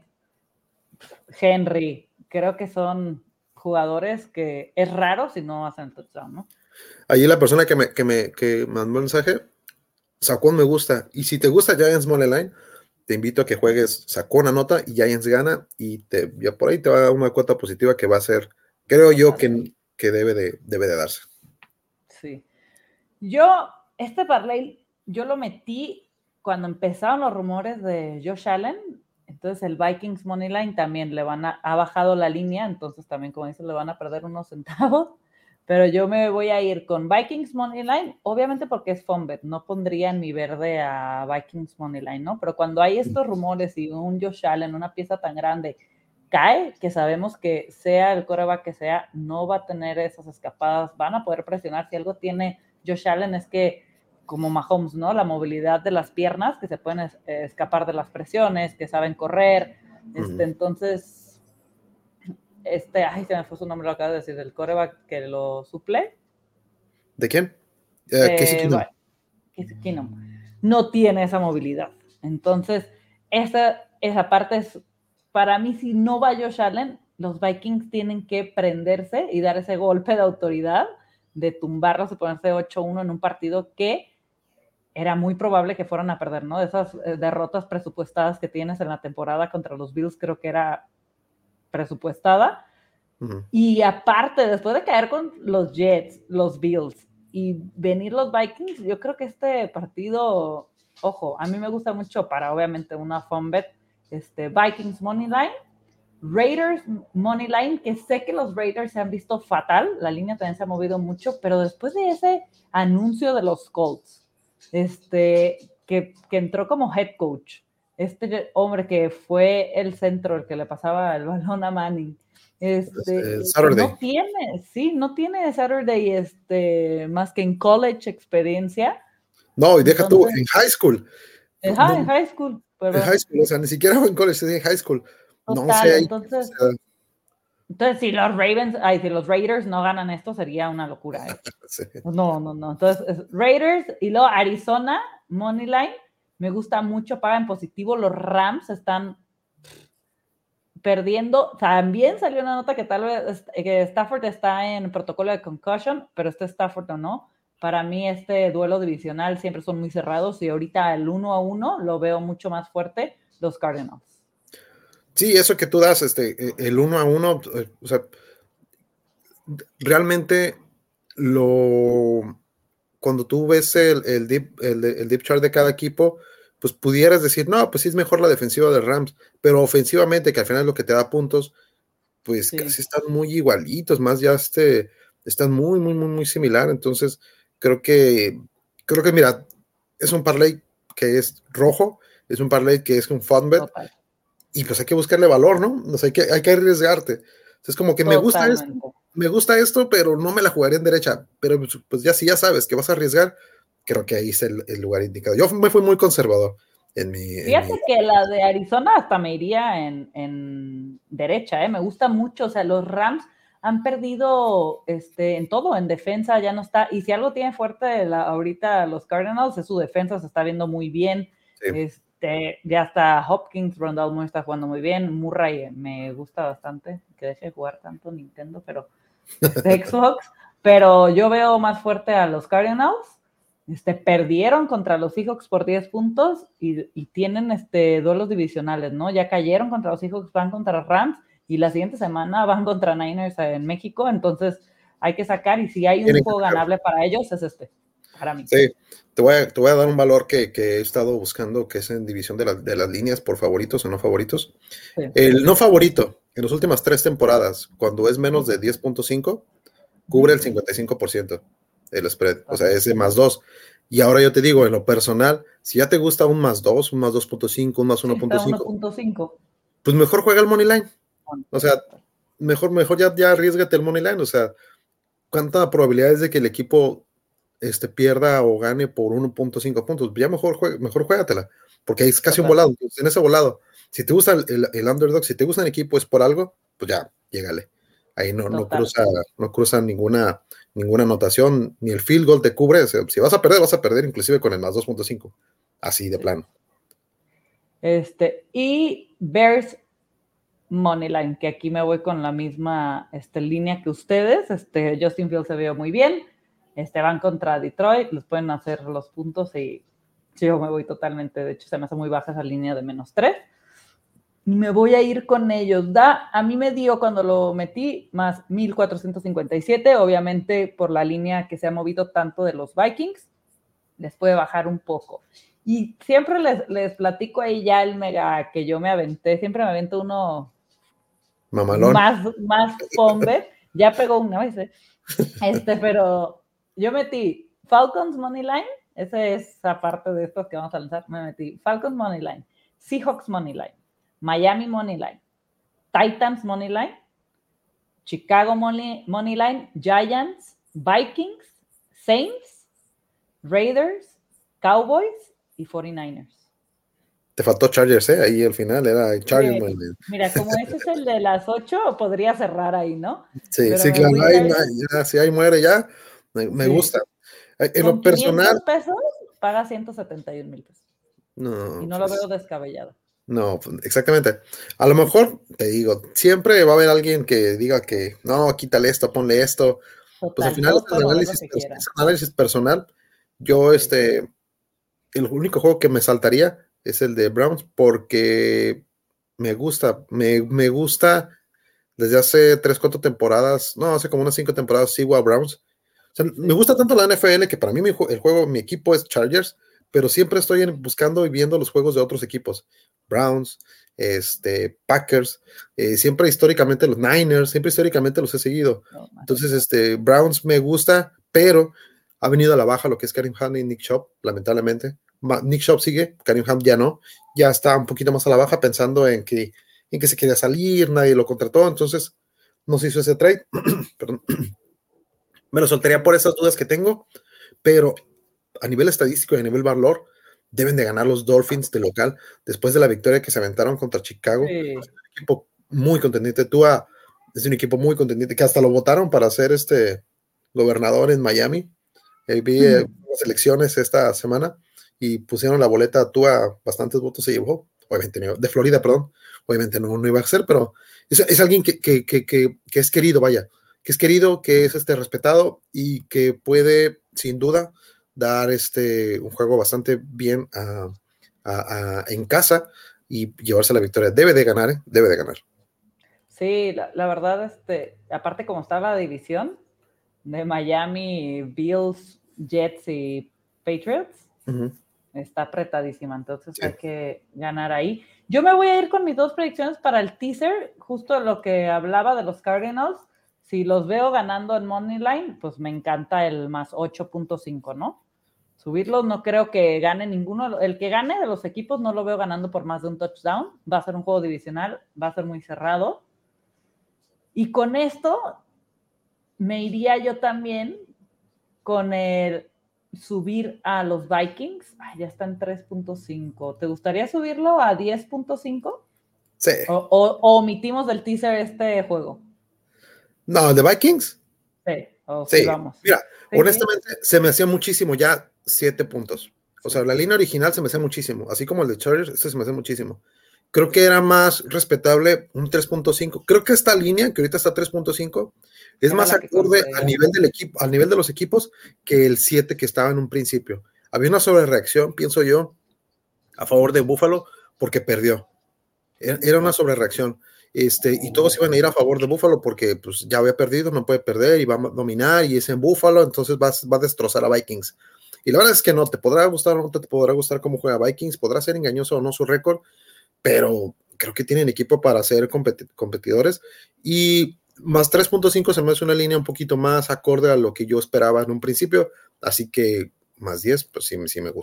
Henry, creo que son jugadores que es raro si no hacen touchdown, ¿no? Ahí la persona que me, que me que mandó el mensaje, Saquon me gusta, y si te gusta Giants Money Line, te invito a que juegues Saquon anota y Giants gana, y te, ya por ahí te va a dar una cuota positiva que va a ser, creo yo que, que debe, de, debe de darse. Sí. Yo, este parlay, yo lo metí cuando empezaron los rumores de Josh Allen, entonces el Vikings Moneyline también le van a, ha bajado la línea, entonces también, como dices, le van a perder unos centavos, pero yo me voy a ir con Vikings Moneyline, obviamente porque es Fonbet, no pondría en mi verde a Vikings Moneyline, ¿no? Pero cuando hay estos rumores y un Josh Allen, una pieza tan grande, cae, que sabemos que sea el quarterback que sea, no va a tener esas escapadas, van a poder presionar. Si algo tiene Josh Allen es que, como Mahomes, ¿no? La movilidad de las piernas, que se pueden es, escapar de las presiones, que saben correr, este, uh-huh. Entonces, este, ay, se me fue su nombre, lo acabo de decir, del quarterback que lo suple. ¿De quién? Uh, eh, Casey Keenum. Bueno, Casey Keenum. No tiene esa movilidad. Entonces, esa, esa parte es, para mí, si no va Josh Allen, los Vikings tienen que prenderse y dar ese golpe de autoridad de tumbarlos y ponerse ocho uno en un partido que era muy probable que fueran a perder, ¿no? De esas eh, derrotas presupuestadas que tienes en la temporada contra los Bills, creo que era presupuestada. Uh-huh. Y aparte, después de caer con los Jets, los Bills y venir los Vikings, yo creo que este partido, ojo, a mí me gusta mucho para obviamente una Fonbet, este, Vikings Moneyline, Raiders Moneyline, que sé que los Raiders se han visto fatal, la línea también se ha movido mucho, pero después de ese anuncio de los Colts, este, que, que entró como head coach, este hombre que fue el centro, el que le pasaba el balón a Manning, este, no tiene, sí, no tiene Saturday, este, más que en college experiencia. No, y deja Entonces, tú, en high school. Ajá, no, en high school. Pero, en high school, o sea, ni siquiera en college, en high school. Total, no sé. Entonces, o sea, entonces, si los Ravens, ay, si los Raiders no ganan esto, sería una locura. ¿eh? Sí. No, no, no. Entonces, Raiders y luego Arizona, Moneyline, me gusta mucho, paga en positivo. Los Rams están perdiendo. También salió una nota que tal vez que Stafford está en protocolo de concussion, pero este Stafford o no. Para mí este duelo divisional siempre son muy cerrados y ahorita el uno a uno lo veo mucho más fuerte los Cardinals. Sí, eso que tú das, este, el uno a uno, o sea, realmente lo, cuando tú ves el, el, deep, el, el deep chart de cada equipo, pues pudieras decir, no, pues sí es mejor la defensiva de Rams, pero ofensivamente, que al final es lo que te da puntos, pues sí. Casi están muy igualitos, más ya este, están muy, muy, muy, muy similar, entonces creo que, creo que mira, es un parlay que es rojo, es un parlay que es un fun bet, okay. Y pues hay que buscarle valor, ¿no? O sea, hay que, hay que arriesgarte. Es como que me gusta, esto, me gusta esto, pero no me la jugaría en derecha. Pero pues ya si ya sabes que vas a arriesgar, creo que ahí es el, el lugar indicado. Yo me fui muy conservador en mi... Fíjate en mi... que la de Arizona hasta me iría en, en derecha, ¿eh? Me gusta mucho. O sea, los Rams han perdido este, en todo, en defensa ya no está. Y si algo tiene fuerte la, ahorita los Cardinals es su defensa, se está viendo muy bien. Sí. Este, ya está Hopkins, Rondale Moore está jugando muy bien, Murray me gusta bastante, que deje de jugar tanto Nintendo, pero este, Xbox, pero yo veo más fuerte a los Cardinals, este, perdieron contra los Seahawks por diez puntos y, y tienen este, duelos divisionales, ¿no? Ya cayeron contra los Seahawks, van contra Rams y la siguiente semana van contra Niners en México, entonces hay que sacar y si hay un juego ganable para ellos es este. Para mí. Sí, te voy a, te voy a dar un valor que, que he estado buscando, que es en división de, la, de las líneas por favoritos o no favoritos. Sí. El no favorito, en las últimas tres temporadas, cuando es menos de diez punto cinco, cubre el cincuenta y cinco por ciento del spread, o sea, ese más dos. Y ahora yo te digo, en lo personal, si ya te gusta un más dos, un más dos punto cinco, un más uno punto cinco, pues mejor juega el money line. O sea, mejor, mejor ya, ya arriesgate el money line. O sea, ¿cuánta probabilidad es de que el equipo este, pierda o gane por uno punto cinco puntos? Ya mejor, juega, mejor juégatela, porque ahí es casi Total. un volado. Entonces, en ese volado, si te gusta el, el, el underdog, si te gusta el equipo es por algo, pues ya, llégale. Ahí no, no cruza, no cruza ninguna, ninguna anotación, ni el field goal te cubre. O sea, si vas a perder, vas a perder inclusive con el más dos punto cinco. Así de sí. plano. Este, y Bears Moneyline, que aquí me voy con la misma este, línea que ustedes. Este, Justin Fields se vio muy bien. Este, van contra Detroit, les pueden hacer los puntos y yo me voy totalmente. De hecho, se me hace muy baja esa línea de menos tres. Me voy a ir con ellos. Da, a mí me dio cuando lo metí más mil cuatrocientos cincuenta y siete, obviamente por la línea que se ha movido tanto de los Vikings, les puede bajar un poco. Y siempre les, les platico ahí ya el mega que yo me aventé, siempre me avento uno Mamalón. más, más pombe, ya pegó una vez, ¿eh? este, pero yo metí Falcons Moneyline, esa es aparte de estos que vamos a lanzar, me metí Falcons Moneyline, Seahawks Moneyline, Miami Moneyline, Titans Moneyline, Chicago Money, Moneyline, Giants, Vikings, Saints, Raiders, Cowboys y cuarenta y nueve ers. Te faltó Chargers, ¿eh? Ahí al final era Chargers. Sí, mira, como ese es el de las ocho, podría cerrar ahí, ¿no? Sí, Pero sí, claro. Ahí, a... ya, si ahí muere ya, me, me sí. gusta. En Con lo personal. pesos paga ciento setenta y un mil pesos. No, y no pues, lo veo descabellado. No, exactamente. A lo mejor, te digo, siempre va a haber alguien que diga que no, quítale esto, ponle esto. Total, pues al final es análisis, es análisis personal. Yo, sí. este, el único juego que me saltaría es el de Browns porque me gusta, me, me gusta desde hace tres, cuatro temporadas, no, hace como unas cinco temporadas sigo a Browns. O sea, sí. me gusta tanto la N F L que para mí mi, el juego, mi equipo es Chargers, pero siempre estoy en, buscando y viendo los juegos de otros equipos. Browns, este, Packers, eh, siempre históricamente los Niners, siempre históricamente los he seguido. Oh, Entonces, este, Browns me gusta, pero ha venido a la baja lo que es Kareem Hunt y Nick Chubb, lamentablemente. Nick Chubb sigue, Kareem Hunt ya no, ya está un poquito más a la baja pensando en que, en que se quería salir, nadie lo contrató, entonces no se hizo ese trade. Perdón. Me lo soltaría por esas dudas que tengo, pero a nivel estadístico y a nivel valor, deben de ganar los Dolphins de local después de la victoria que se aventaron contra Chicago. Sí. Es un equipo muy contendiente. Tua es un equipo muy contendiente que hasta lo votaron para ser este gobernador en Miami. Eh, vi mm. eh, las elecciones esta semana y pusieron la boleta a Tua, bastantes votos se llevó. Obviamente, no, de Florida, perdón. Obviamente no, no iba a ser, pero es, es alguien que, que, que, que, que es querido, vaya, que es querido, que es este, respetado y que puede, sin duda, dar este, un juego bastante bien a, a, a, en casa y llevarse la victoria. Debe de ganar, ¿eh? Debe de ganar. Sí, la, la verdad, este, aparte como está la división de Miami, Bills, Jets y Patriots, uh-huh. está apretadísima, entonces sí. hay que ganar ahí. Yo me voy a ir con mis dos predicciones para el teaser, justo lo que hablaba de los Cardinals. Si los veo ganando en Moneyline, pues me encanta el más ocho punto cinco, ¿no? Subirlos, no creo que gane ninguno. El que gane de los equipos no lo veo ganando por más de un touchdown. Va a ser un juego divisional, va a ser muy cerrado. Y con esto me iría yo también con el subir a los Vikings. Ay, ya está en tres punto cinco. ¿Te gustaría subirlo a diez punto cinco? Sí. O, o, o omitimos del teaser este juego. No, ¿de Vikings? Sí, o sí. sí, vamos. Mira, sí, honestamente, sí. se me hacía muchísimo ya siete puntos. O sea, la línea original se me hacía muchísimo. Así como el de Chargers, este se me hacía muchísimo. Creo que era más respetable un tres punto cinco. Creo que esta línea, que ahorita está tres punto cinco, es era más acorde a nivel del equipo, al nivel de los equipos que el siete que estaba en un principio. Había una sobrereacción, pienso yo, a favor de Buffalo porque perdió. Era una sobrereacción. Este, y todos iban a ir a favor de Buffalo porque pues, ya había perdido, no puede perder y va a dominar y es en Buffalo, entonces va, va a destrozar a Vikings. Y la verdad es que no, te podrá gustar o no te podrá gustar cómo juega Vikings, podrá ser engañoso o no su récord, pero creo que tienen equipo para ser competi- competidores y más tres punto cinco se me hace una línea un poquito más acorde a lo que yo esperaba en un principio, así que más diez, pues sí, sí me gusta.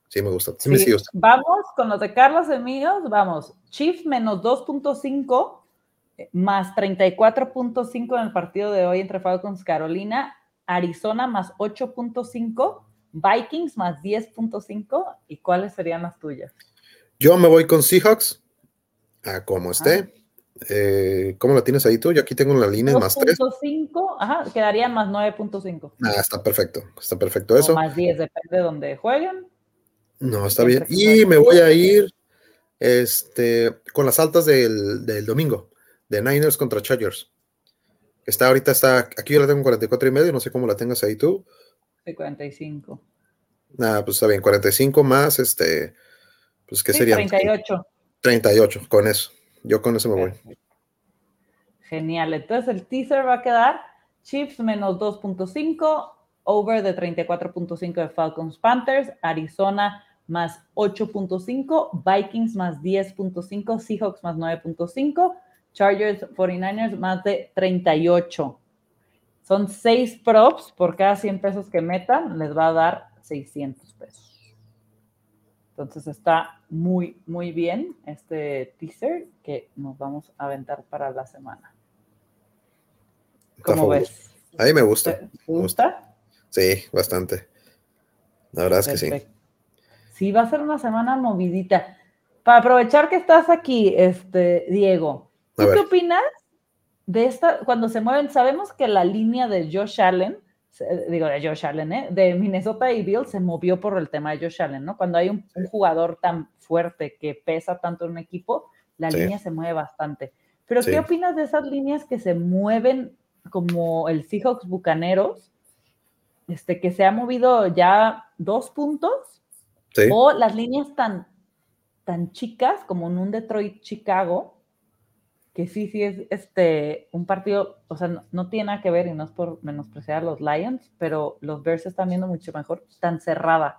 Sí, me gusta. Sí, sí, me sí gusta. Vamos con los de Carlos y míos, vamos. Chiefs menos dos punto cinco, más treinta y cuatro punto cinco en el partido de hoy entre Falcons y Carolina. Arizona más ocho punto cinco, Vikings más diez punto cinco. ¿Y cuáles serían las tuyas? Yo me voy con Seahawks, a como esté. Eh, ¿Cómo la tienes ahí tú? Yo aquí tengo la línea más tres. dos punto cinco, ajá, quedarían más nueve punto cinco. Ah, está perfecto, está perfecto o eso. Más diez, depende de donde jueguen. No, está bien. Y me voy a ir este, con las altas del, del domingo, de Niners contra Chargers. Está ahorita, está, aquí yo la tengo en cuarenta y cuatro y medio, no sé cómo la tengas ahí tú. Sí, cuarenta y cinco. Ah, pues está bien, cuarenta y cinco más, este, pues ¿qué sí, serían? treinta y ocho. treinta y ocho, con eso. Yo con eso me voy. Perfecto. Genial. Entonces el teaser va a quedar Chiefs menos dos punto cinco, over de treinta y cuatro punto cinco de Falcons Panthers, Arizona más ocho punto cinco, Vikings más diez punto cinco, Seahawks más nueve punto cinco, Chargers cuarenta y nueve ers más de treinta y ocho. Son seis props por cada cien pesos que metan, les va a dar seiscientos pesos. Entonces está muy, muy bien este teaser que nos vamos a aventar para la semana. ¿Cómo ves? A mí me gusta. ¿Te gusta? Sí, bastante. La verdad es Perfecto. que sí. Sí, va a ser una semana movidita. Para aprovechar que estás aquí, este, Diego, ¿tú qué opinas de esta, cuando se mueven? Sabemos que la línea de Josh Allen, digo de Josh Allen, ¿eh? de Minnesota y Bills se movió por el tema de Josh Allen, ¿no? Cuando hay un, un jugador tan fuerte que pesa tanto en un equipo, la sí. línea se mueve bastante. Pero sí. ¿qué opinas de esas líneas que se mueven como el Seahawks Bucaneros, este, que se ha movido ya dos puntos, sí. o las líneas tan, tan chicas como en un Detroit-Chicago, que sí, sí es este, un partido, o sea, no, no tiene nada que ver y no es por menospreciar a los Lions, pero los Bears están viendo mucho mejor, tan cerrada.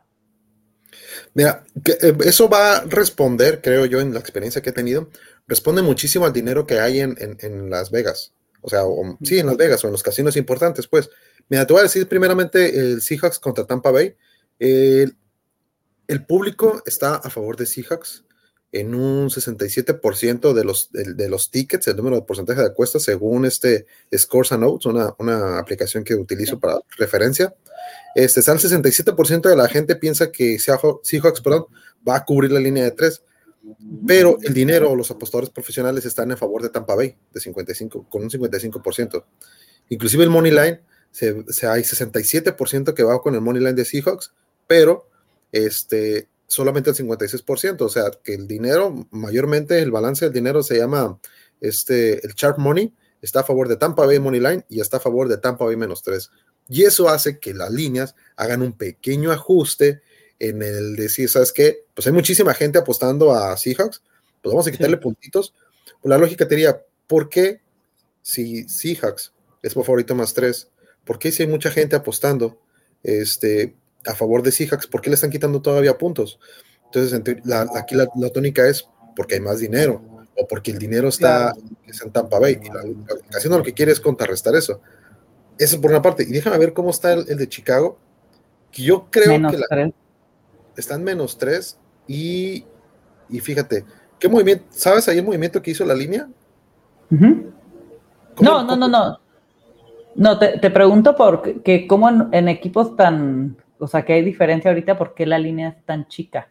Mira, que, eh, eso va a responder, creo yo, en la experiencia que he tenido, responde muchísimo al dinero que hay en, en, en Las Vegas. O sea, o, sí, en Las Vegas o en los casinos importantes, pues. Mira, te voy a decir primeramente el Seahawks contra Tampa Bay. El, el público está a favor de Seahawks en un sesenta y siete por ciento de los, de, de los tickets, el número de porcentaje de apuestas, según este Scores and Notes, una, una aplicación que utilizo sí. para referencia. Este, está el sesenta y siete por ciento de la gente piensa que Seahawks perdón, va a cubrir la línea de tres, pero el dinero o los apostadores profesionales están en favor de Tampa Bay, de cincuenta y cinco, con un cincuenta y cinco por ciento. Inclusive el money line, se, se, hay sesenta y siete por ciento que va con el money line de Seahawks, pero este, solamente el cincuenta y seis por ciento, o sea, que el dinero, mayormente el balance del dinero se llama este, el sharp money, está a favor de Tampa Bay money line y está a favor de Tampa Bay menos tres. Y eso hace que las líneas hagan un pequeño ajuste en el decir, ¿sabes qué? Pues hay muchísima gente apostando a Seahawks, pues vamos a quitarle sí. puntitos. Pues la lógica te diría, ¿por qué si Seahawks es por favorito más tres? ¿Por qué si hay mucha gente apostando este, a favor de Seahawks? ¿Por qué le están quitando todavía puntos? Entonces, la, aquí la, la tónica es porque hay más dinero o porque el dinero está claro. en Tampa Bay. Y la, la casino lo que quiere es contrarrestar eso. Eso por una parte. Y déjame ver cómo está el, el de Chicago. Que yo creo menos que la, están menos tres. Y, y fíjate, ¿qué movimiento? ¿Sabes ahí el movimiento que hizo la línea? Uh-huh. No, no, no, no. No, te, te pregunto por que cómo en, en equipos tan, o sea, que hay diferencia ahorita, ¿por qué la línea es tan chica?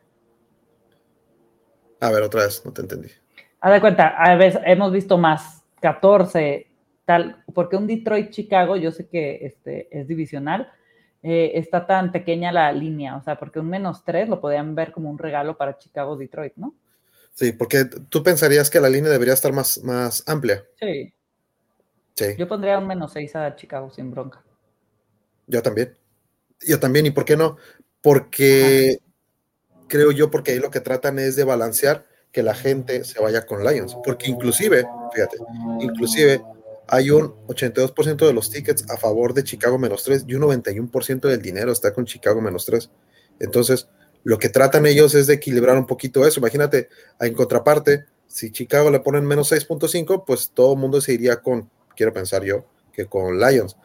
A ver, otra vez, no te entendí. Haz de cuenta, a veces hemos visto más catorce, tal, porque un Detroit-Chicago, yo sé que este, es divisional, eh, está tan pequeña la línea, o sea, porque un menos tres lo podían ver como un regalo para Chicago-Detroit, ¿no? Sí, porque tú pensarías que la línea debería estar más, más amplia. Sí. Sí. Yo pondría un menos seis a Chicago sin bronca. Yo también. Yo también, ¿y por qué no? Porque Ajá. creo yo, porque ahí lo que tratan es de balancear que la gente se vaya con Lions, porque inclusive, fíjate, inclusive hay un ochenta y dos por ciento de los tickets a favor de Chicago menos tres y un noventa y uno por ciento del dinero está con Chicago menos tres. Entonces, lo que tratan ellos es de equilibrar un poquito eso. Imagínate, en contraparte, si Chicago le ponen menos seis punto cinco, pues todo el mundo se iría con, quiero pensar yo, que con Lions.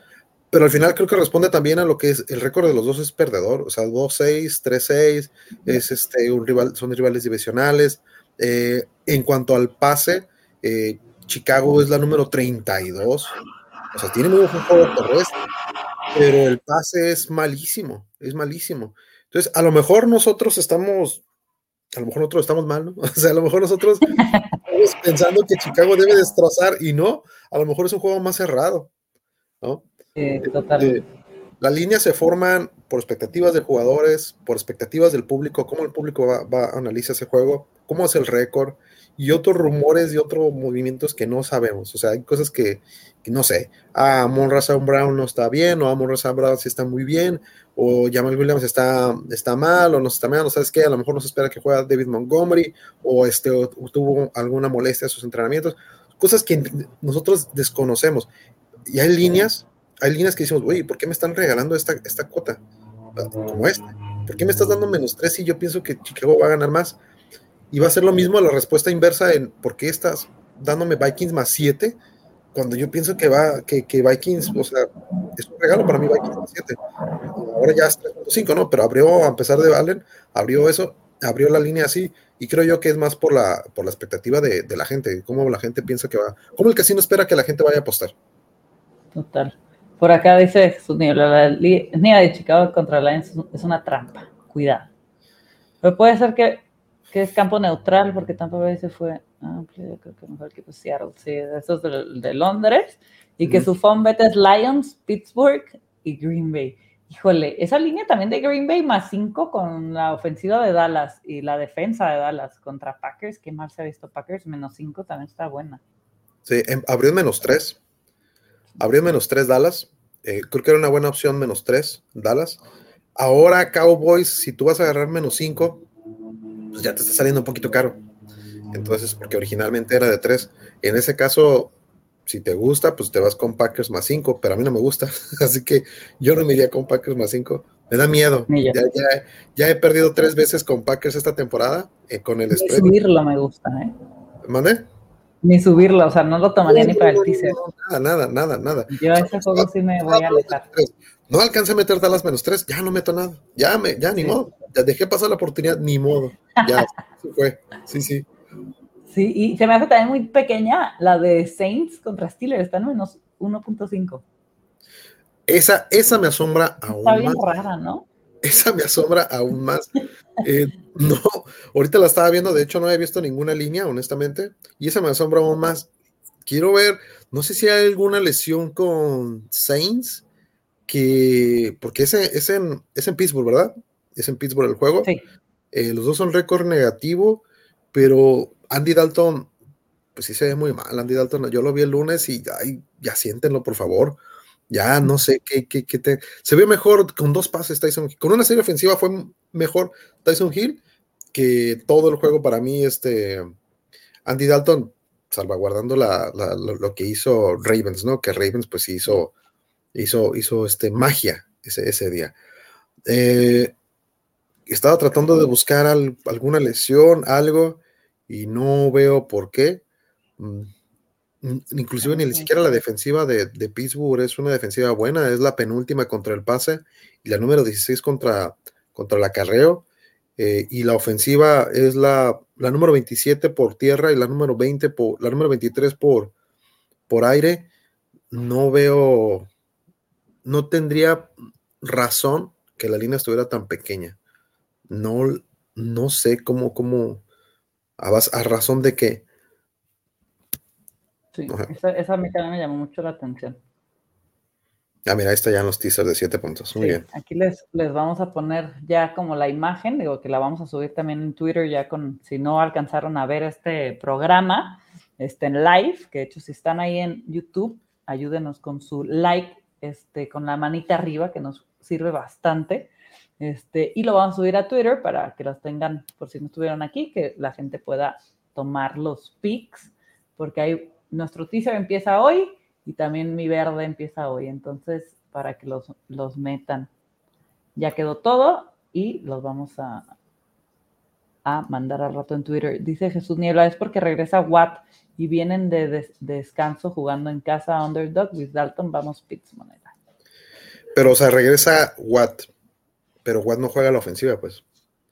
pero al final creo que responde también a lo que es el récord de los dos es perdedor, o sea, dos seis, tres seis, es este, un rival, son rivales divisionales. Eh, en cuanto al pase, eh, Chicago es la número treinta y dos, o sea, tiene muy buen juego terrestre, pero el pase es malísimo, es malísimo. Entonces, a lo mejor nosotros estamos, a lo mejor nosotros estamos mal, ¿no? O sea, a lo mejor nosotros estamos pensando que Chicago debe destrozar y no, a lo mejor es un juego más cerrado, ¿no? Eh, total. Eh, las líneas se forman por expectativas de jugadores, por expectativas del público, cómo el público va, va a analizar ese juego, cómo es el récord y otros rumores y otros movimientos que no sabemos. O sea, hay cosas que, que no sé. Ah, Amon-Ra Saint Brown no está bien, o Amon-Ra Saint Brown sí está muy bien, o Jamal Williams está, está mal, o no está mal, o sabes qué, a lo mejor no se espera que juegue David Montgomery, o, este, o tuvo alguna molestia en sus entrenamientos. Cosas que nosotros desconocemos. Y hay líneas. Hay líneas que decimos, oye, ¿por qué me están regalando esta, esta cuota? Como esta. ¿Por qué me estás dando menos tres si yo pienso que Chicago va a ganar más? Y va a ser lo mismo la respuesta inversa en ¿por qué estás dándome Vikings más siete? Cuando yo pienso que va, que, que Vikings, o sea, es un regalo para mí Vikings más siete. Ahora ya es tres punto cinco, ¿no? Pero abrió, a pesar de Allen, abrió eso, abrió la línea así, y creo yo que es más por la, por la expectativa de, de la gente, cómo la gente piensa que va, cómo el casino espera que la gente vaya a apostar. Total. Por acá dice Jesús Niebla, la línea de Chicago contra Lions es una trampa. Cuidado. Pero puede ser que, que es campo neutral, porque Tampa Bay se fue amplio, creo que mejor equipo Seattle, sí, esos de, de Londres, y que mm. su phone bet es Lions, Pittsburgh y Green Bay. Híjole, esa línea también de Green Bay más cinco con la ofensiva de Dallas y la defensa de Dallas contra Packers, que mal se ha visto Packers, menos cinco también está buena. Sí, abrió menos tres. Abrió menos tres Dallas. Eh, creo que era una buena opción menos tres Dallas. Ahora Cowboys, si tú vas a agarrar menos cinco, pues ya te está saliendo un poquito caro. Entonces, porque originalmente era de tres. En ese caso, si te gusta, pues te vas con Packers más cinco, pero a mí no me gusta. Así que yo no me iría con Packers más cinco. Me da miedo. Ya, ya, ya he perdido tres veces con Packers esta temporada, eh, con el Ni spread. Subirlo me gusta, ¿eh? ¿Mande? Ni subirlo, o sea, no lo tomaría no, ni para no, el teaser. No, nada, nada, nada, nada. Yo a ese juego sí me voy a alejar. No alcancé a meter Dallas menos tres, ya no meto nada. Ya, me, ya ni sí. modo. Ya dejé pasar la oportunidad, ni modo. Ya, sí fue. Sí, sí. Sí, y se me hace también muy pequeña la de Saints contra Steelers, está en menos uno punto cinco. Esa, esa me asombra aún está bien más. rara, ¿no? Esa me asombra aún más. Eh, no, ahorita la estaba viendo, de hecho no he visto ninguna línea, honestamente, y esa me asombra aún más. Quiero ver, no sé si hay alguna lesión con Saints, que, porque es en, es en, es en Pittsburgh, ¿verdad? Es en Pittsburgh el juego. Sí. Eh, los dos son récord negativo, pero Andy Dalton, pues sí se ve muy mal. Andy Dalton, yo lo vi el lunes y ay, ya siéntenlo, por favor. Ya no sé qué, qué, qué te... Se ve mejor con dos pases Tyson Hill. Con una serie ofensiva fue mejor Tyson Hill que todo el juego para mí. Este Andy Dalton, salvaguardando la, la, lo, lo que hizo Ravens, ¿no? Que Ravens pues hizo, hizo, hizo este, magia ese, ese día. Eh, estaba tratando de buscar al, alguna lesión, algo, y no veo por qué. Mm. Inclusive ni siquiera la defensiva de, de Pittsburgh es una defensiva buena, es la penúltima contra el pase y la número dieciséis contra, contra el acarreo, eh, y la ofensiva es la, la número veintisiete por tierra y la número veinte por, la número veintitrés por, por aire. No veo, no tendría razón que la línea estuviera tan pequeña. No, no sé cómo, cómo a, a razón de que Sí, esa, esa a mí también me llamó mucho la atención. Ah, mira, ahí está ya en los teasers de siete puntos. Muy sí, bien. Aquí les, les vamos a poner ya como la imagen, digo que la vamos a subir también en Twitter, ya con, si no alcanzaron a ver este programa, este en live, que de hecho si están ahí en YouTube, ayúdenos con su like, este, con la manita arriba, que nos sirve bastante. Este, y lo vamos a subir a Twitter para que los tengan, por si no estuvieron aquí, que la gente pueda tomar los pics, porque hay nuestro teaser empieza hoy y también mi verde empieza hoy, entonces para que los, los metan. Ya quedó todo y los vamos a, a mandar al rato en Twitter. Dice Jesús Niebla, es porque regresa Watt y vienen de, de, de descanso jugando en casa Underdog with Dalton, vamos Pitts moneda. Pero, o sea, regresa Watt, pero Watt no juega la ofensiva, pues.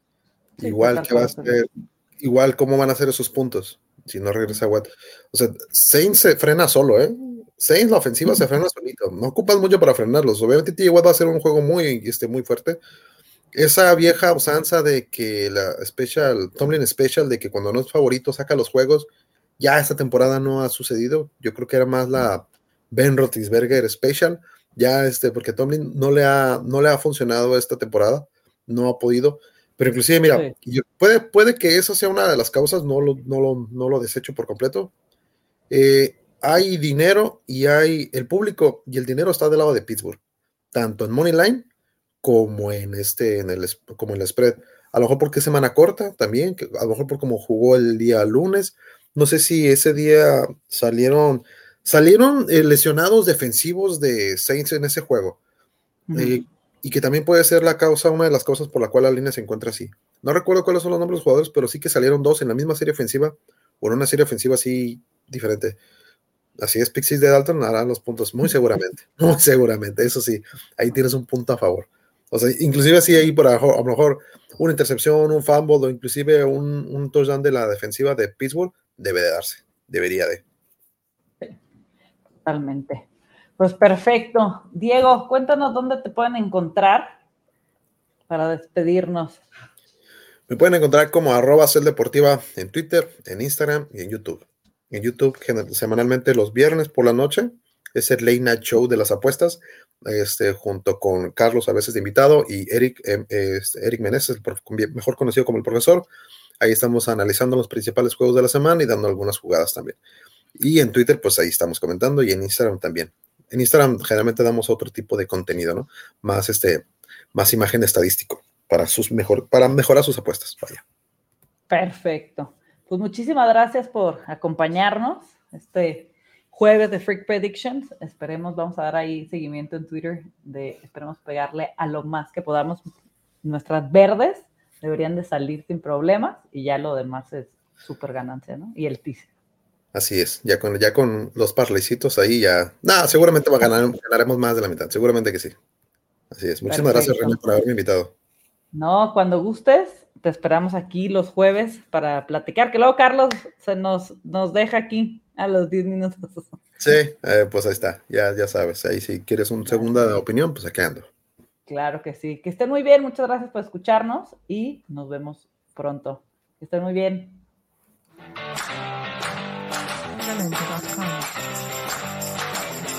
Sí, igual, ¿qué va a hacer? Igual, ¿cómo van a hacer esos puntos si no regresa Watt? O sea, Saints se frena solo, ¿eh? Saints, la ofensiva se frena solito. No ocupas mucho para frenarlos. Obviamente, T J Watt va a ser un juego muy, este, muy fuerte. Esa vieja usanza de que la Special, Tomlin Special, de que cuando no es favorito saca los juegos, ya esta temporada no ha sucedido. Yo creo que era más la Ben Roethlisberger Special. Ya, este, porque Tomlin no le ha, no le ha funcionado esta temporada. No ha podido. Pero inclusive, mira, sí. yo, puede, puede que eso sea una de las causas, no lo, no lo, no lo desecho por completo. Eh, hay dinero y hay el público, y el dinero está del lado de Pittsburgh, tanto en Money Line como en este, en el, como en el spread. A lo mejor porque es semana corta también, que a lo mejor por cómo jugó el día lunes. No sé si ese día salieron, salieron eh, lesionados defensivos de Saints en ese juego. Uh-huh. Eh, y que también puede ser la causa, una de las causas por la cual la línea se encuentra así. No recuerdo cuáles son los nombres de los jugadores, pero sí que salieron dos en la misma serie ofensiva, o en una serie ofensiva así diferente. Así es, Pixies de Dalton harán los puntos, muy seguramente, muy seguramente, eso sí, ahí tienes un punto a favor. O sea, inclusive así ahí por a, a lo mejor una intercepción, un fumble, o inclusive un, un touchdown de la defensiva de Pittsburgh, debe de darse, debería de. Sí, totalmente. Pues perfecto. Diego, cuéntanos dónde te pueden encontrar para despedirnos. Me pueden encontrar como arroba celdeportiva en Twitter, en Instagram y en YouTube. En YouTube, semanalmente los viernes por la noche, es el Late Night Show de las apuestas, este, junto con Carlos, a veces de invitado, y Eric, eh, este, Eric Meneses, mejor conocido como el profesor. Ahí estamos analizando los principales juegos de la semana y dando algunas jugadas también. Y en Twitter, pues ahí estamos comentando, y en Instagram también. En Instagram generalmente damos otro tipo de contenido, ¿no? Más este, más imagen estadístico para sus mejor, para mejorar sus apuestas. Vaya. Perfecto. Pues muchísimas gracias por acompañarnos este jueves de Freak Predictions. Esperemos, vamos a dar ahí seguimiento en Twitter de, esperemos pegarle a lo más que podamos. Nuestras verdes deberían de salir sin problemas y ya lo demás es súper ganancia, ¿no? Y el teaser. Así es, ya con, ya con los parleycitos ahí ya, nada, seguramente va a ganar, ganaremos más de la mitad, seguramente que sí. Así es, muchísimas Perfecto. gracias, René, por haberme invitado. No, cuando gustes, te esperamos aquí los jueves para platicar, que luego Carlos se nos, nos deja aquí a los diez minutos. Sí, eh, pues ahí está, ya, ya sabes, ahí si quieres una segunda claro. opinión, pues aquí ando. Claro que sí, que estén muy bien, muchas gracias por escucharnos y nos vemos pronto. Que estén muy bien. Talento punto com